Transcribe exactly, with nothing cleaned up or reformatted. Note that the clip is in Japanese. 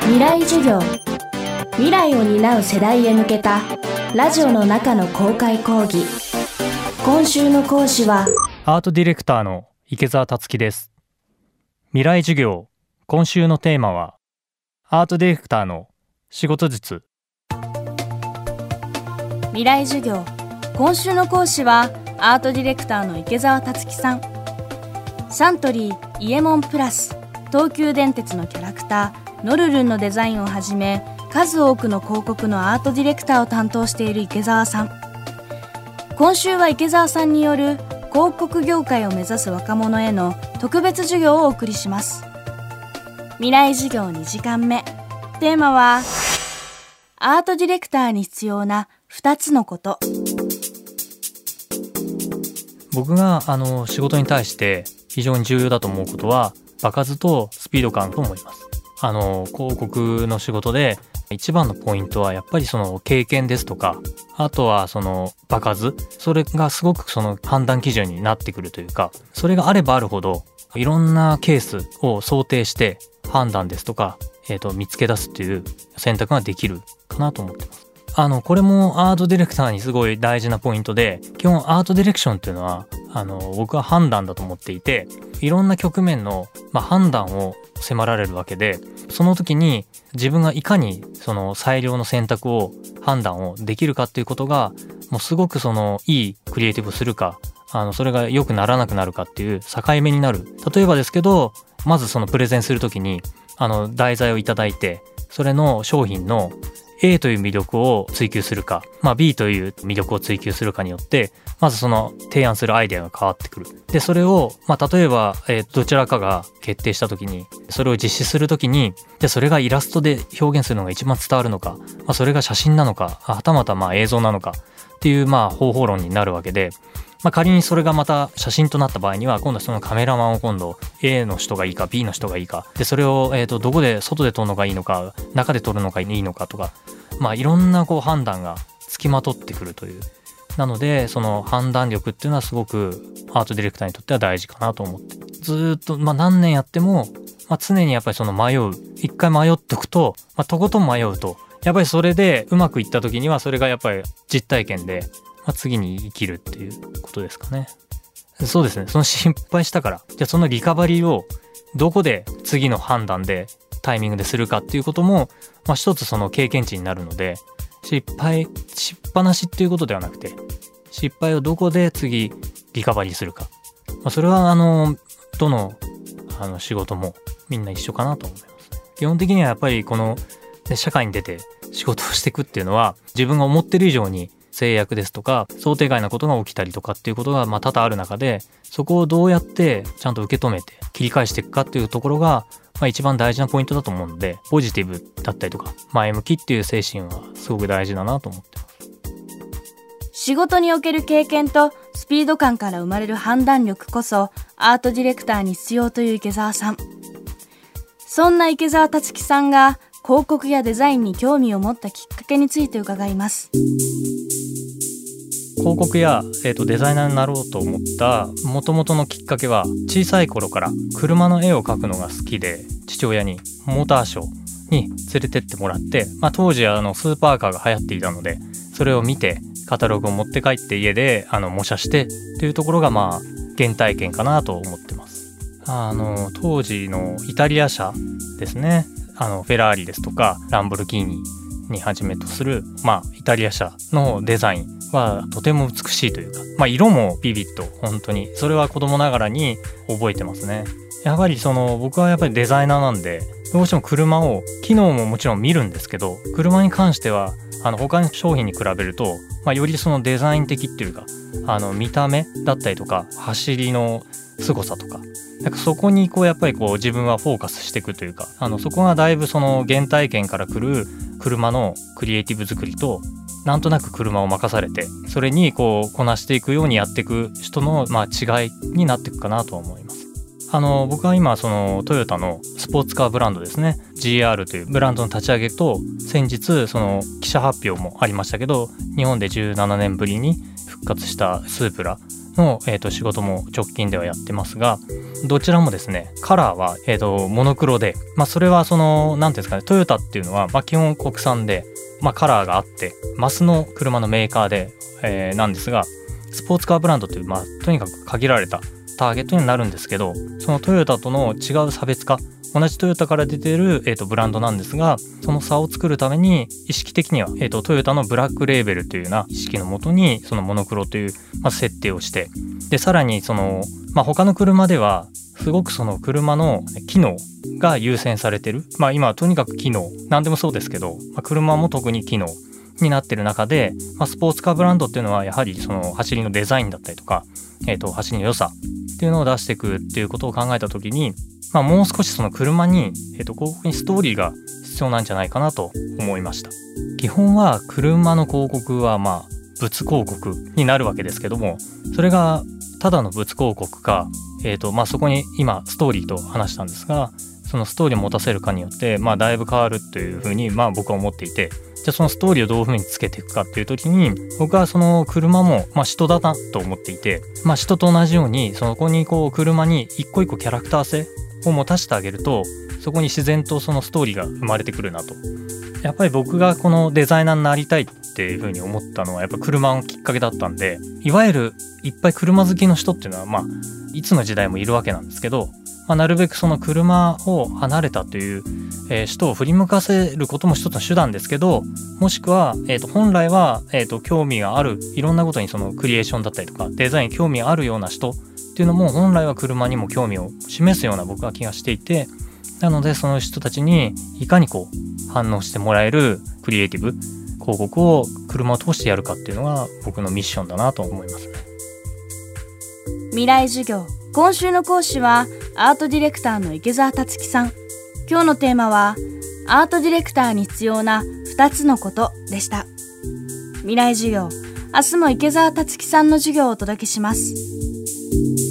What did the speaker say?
未来授業、未来を担う世代へ向けたラジオの中の公開講義。今週の講師はアートディレクターの池澤達樹です。未来授業、今週のテーマはアートディレクターの仕事術。 未来授業、今週の講師はアートディレクターの池澤達樹さん。サントリーイエモンプラス、東急電鉄のキャラクターノルルンのデザインをはじめ、数多くの広告のアートディレクターを担当している池澤さん。今週は池澤さんによる広告業界を目指す若者への特別授業をお送りします。未来授業にじかんめ、テーマはアートディレクターに必要なふたつのこと。 僕があの仕事に対して非常に重要だと思うことは場数とスピード感と思います。あの広告の仕事で一番のポイントはやっぱりその経験ですとか、あとはその場数、それがすごくその判断基準になってくるというか、それがあればあるほどいろんなケースを想定して判断ですとか、えーと、見つけ出すっていう選択ができるかなと思ってます。あのこれもアートディレクターにすごい大事なポイントで、基本アートディレクションっていうのはあの僕は判断だと思っていて、いろんな局面の、まあ、判断を迫られるわけで、その時に自分がいかにその最良の選択を判断をできるかっていうことが、もうすごくそのいいクリエイティブをするか、あのそれが良くならなくなるかっていう境目になる。例えばですけど、まずそのプレゼンする時にあの題材をいただいて、それの商品のA という魅力を追求するか、まあ、B という魅力を追求するかによって、まずその提案するアイデアが変わってくる。で、それを、まあ、例えば、えー、どちらかが決定したときに、それを実施するときに、で、それがイラストで表現するのが一番伝わるのか、まあ、それが写真なのか、はたまたまあ映像なのかっていう、まあ、方法論になるわけで、まあ、仮にそれがまた写真となった場合には、今度はそのカメラマンを今度 A の人がいいか B の人がいいかで、それを、えーと、どこで外で撮るのがいいのか、中で撮るのがいいのかとか、まあ、いろんなこう判断がつきまとってくるという。なのでその判断力っていうのはすごくアートディレクターにとっては大事かなと思って、ずっと、まあ、何年やっても、まあ、常にやっぱりその迷う、一回迷っておくと、まあ、とことん迷うと、やっぱりそれでうまくいった時にはそれがやっぱり実体験で、まあ、次に生きるっていうことですかね。そうですね。その失敗したから、じゃあそのリカバリーをどこで次の判断でタイミングでするかっていうことも、まあ、一つその経験値になるので、失敗しっぱなしっていうことではなくて、失敗をどこで次リカバリーするか、まあ、それはあのどのあの仕事もみんな一緒かなと思います。基本的にはやっぱりこの社会に出て仕事をしていくっていうのは、自分が思ってる以上に制約ですとか想定外なことが起きたりとかっていうことがまあ多々ある中で、そこをどうやってちゃんと受け止めて切り返していくかっていうところが、まあ、一番大事なポイントだと思うので、ポジティブだったりとか前向きっていう精神はすごく大事だなと思ってます。 仕事における経験とスピード感から生まれる判断力こそアートディレクターに必要という池澤さん。そんな池澤達樹さんが広告やデザインに興味を持ったきっかけについて伺います。 広告や、えーと、デザイナーになろうと思った元々のきっかけは、小さい頃から車の絵を描くのが好きで、父親にモーターショーに連れてってもらって、まあ、当時あのスーパーカーが流行っていたので、それを見てカタログを持って帰って家であの模写してというところがまあ原体験かなと思ってます。あの当時のイタリア車ですね、あのフェラーリですとかランボルギーニにはじめとする、まあ、イタリア車のデザインはとても美しいというか、まあ、色もビビッド、本当にそれは子供ながらに覚えてますね。やはりその僕はやっぱりデザイナーなんで、どうしても車を機能ももちろん見るんですけど、車に関してはあの他の商品に比べると、まあ、よりそのデザイン的っていうか、あの見た目だったりとか走りの凄さとか、なんかそこにこうやっぱりこう自分はフォーカスしていくというか、あのそこがだいぶその原体験から来る車のクリエイティブ作りと、なんとなく車を任されてそれにこうこなしていくようにやっていく人のまあ違いになっていくかなと思います。あの僕は今そのトヨタのスポーツカーブランドですね、 ジーアール というブランドの立ち上げと、先日その記者発表もありましたけど、日本でじゅうななねんぶりに復活したスープラの、えー、と仕事も直近ではやってますが、どちらもですねカラーは、えー、とモノクロで、まあ、それはその何ていうんですかね、トヨタっていうのは、まあ、基本国産で、まあ、カラーがあってマスの車のメーカーで、えー、なんですが、スポーツカーブランドという、まあ、とにかく限られたターゲットになるんですけど、そのトヨタとの違う差別化、同じトヨタから出ている、えー、とブランドなんですが、その差を作るために意識的には、えー、とトヨタのブラックレーベルというような意識のもとにそのモノクロという、まあ、設定をして、でさらにその、まあ、他の車ではすごくその車の機能が優先されてる、まあ、今はとにかく機能、何でもそうですけど、まあ、車も特に機能になってる中で、まあ、スポーツカーブランドっていうのはやはりその走りのデザインだったりとか、えー、と走りの良さっていうのを出していくっていうことを考えたときに、まあ、もう少しその車に、えー、と広告にストーリーが必要なんじゃないかなと思いました。基本は車の広告はまあ物広告になるわけですけども、それがただの物広告か、えーとまあ、そこに今ストーリーと話したんですが、そのストーリーを持たせるかによって、まあ、だいぶ変わるというふうに、まあ、僕は思っていて、じゃあそのストーリーをどういうふうにつけていくかっていう時に、僕はその車も、まあ、人だなと思っていて、まあ、人と同じようにそこにこう車に一個一個キャラクター性を持たせてあげると、そこに自然とそのストーリーが生まれてくるなと。やっぱり僕がこのデザイナーになりたいっていうふうに思ったのはやっぱ車のきっかけだったんで、いわゆるいっぱい車好きの人っていうのは、まあいつの時代もいるわけなんですけど、まあ、なるべくその車を離れたという、えー、人を振り向かせることも一つの手段ですけど、もしくは、えー、と本来は、えー、と興味がある、いろんなことにそのクリエーションだったりとかデザインに興味があるような人っていうのも本来は車にも興味を示すような僕は気がしていて、なのでその人たちにいかにこう反応してもらえるクリエイティブ広告を車を通してやるかっていうのが僕のミッションだなと思いますね。 未来授業、今週の講師はアートディレクターの池澤達樹さん。今日のテーマはアートディレクターに必要なふたつのことでした。未来授業、明日も池澤達樹さんの授業をお届けします。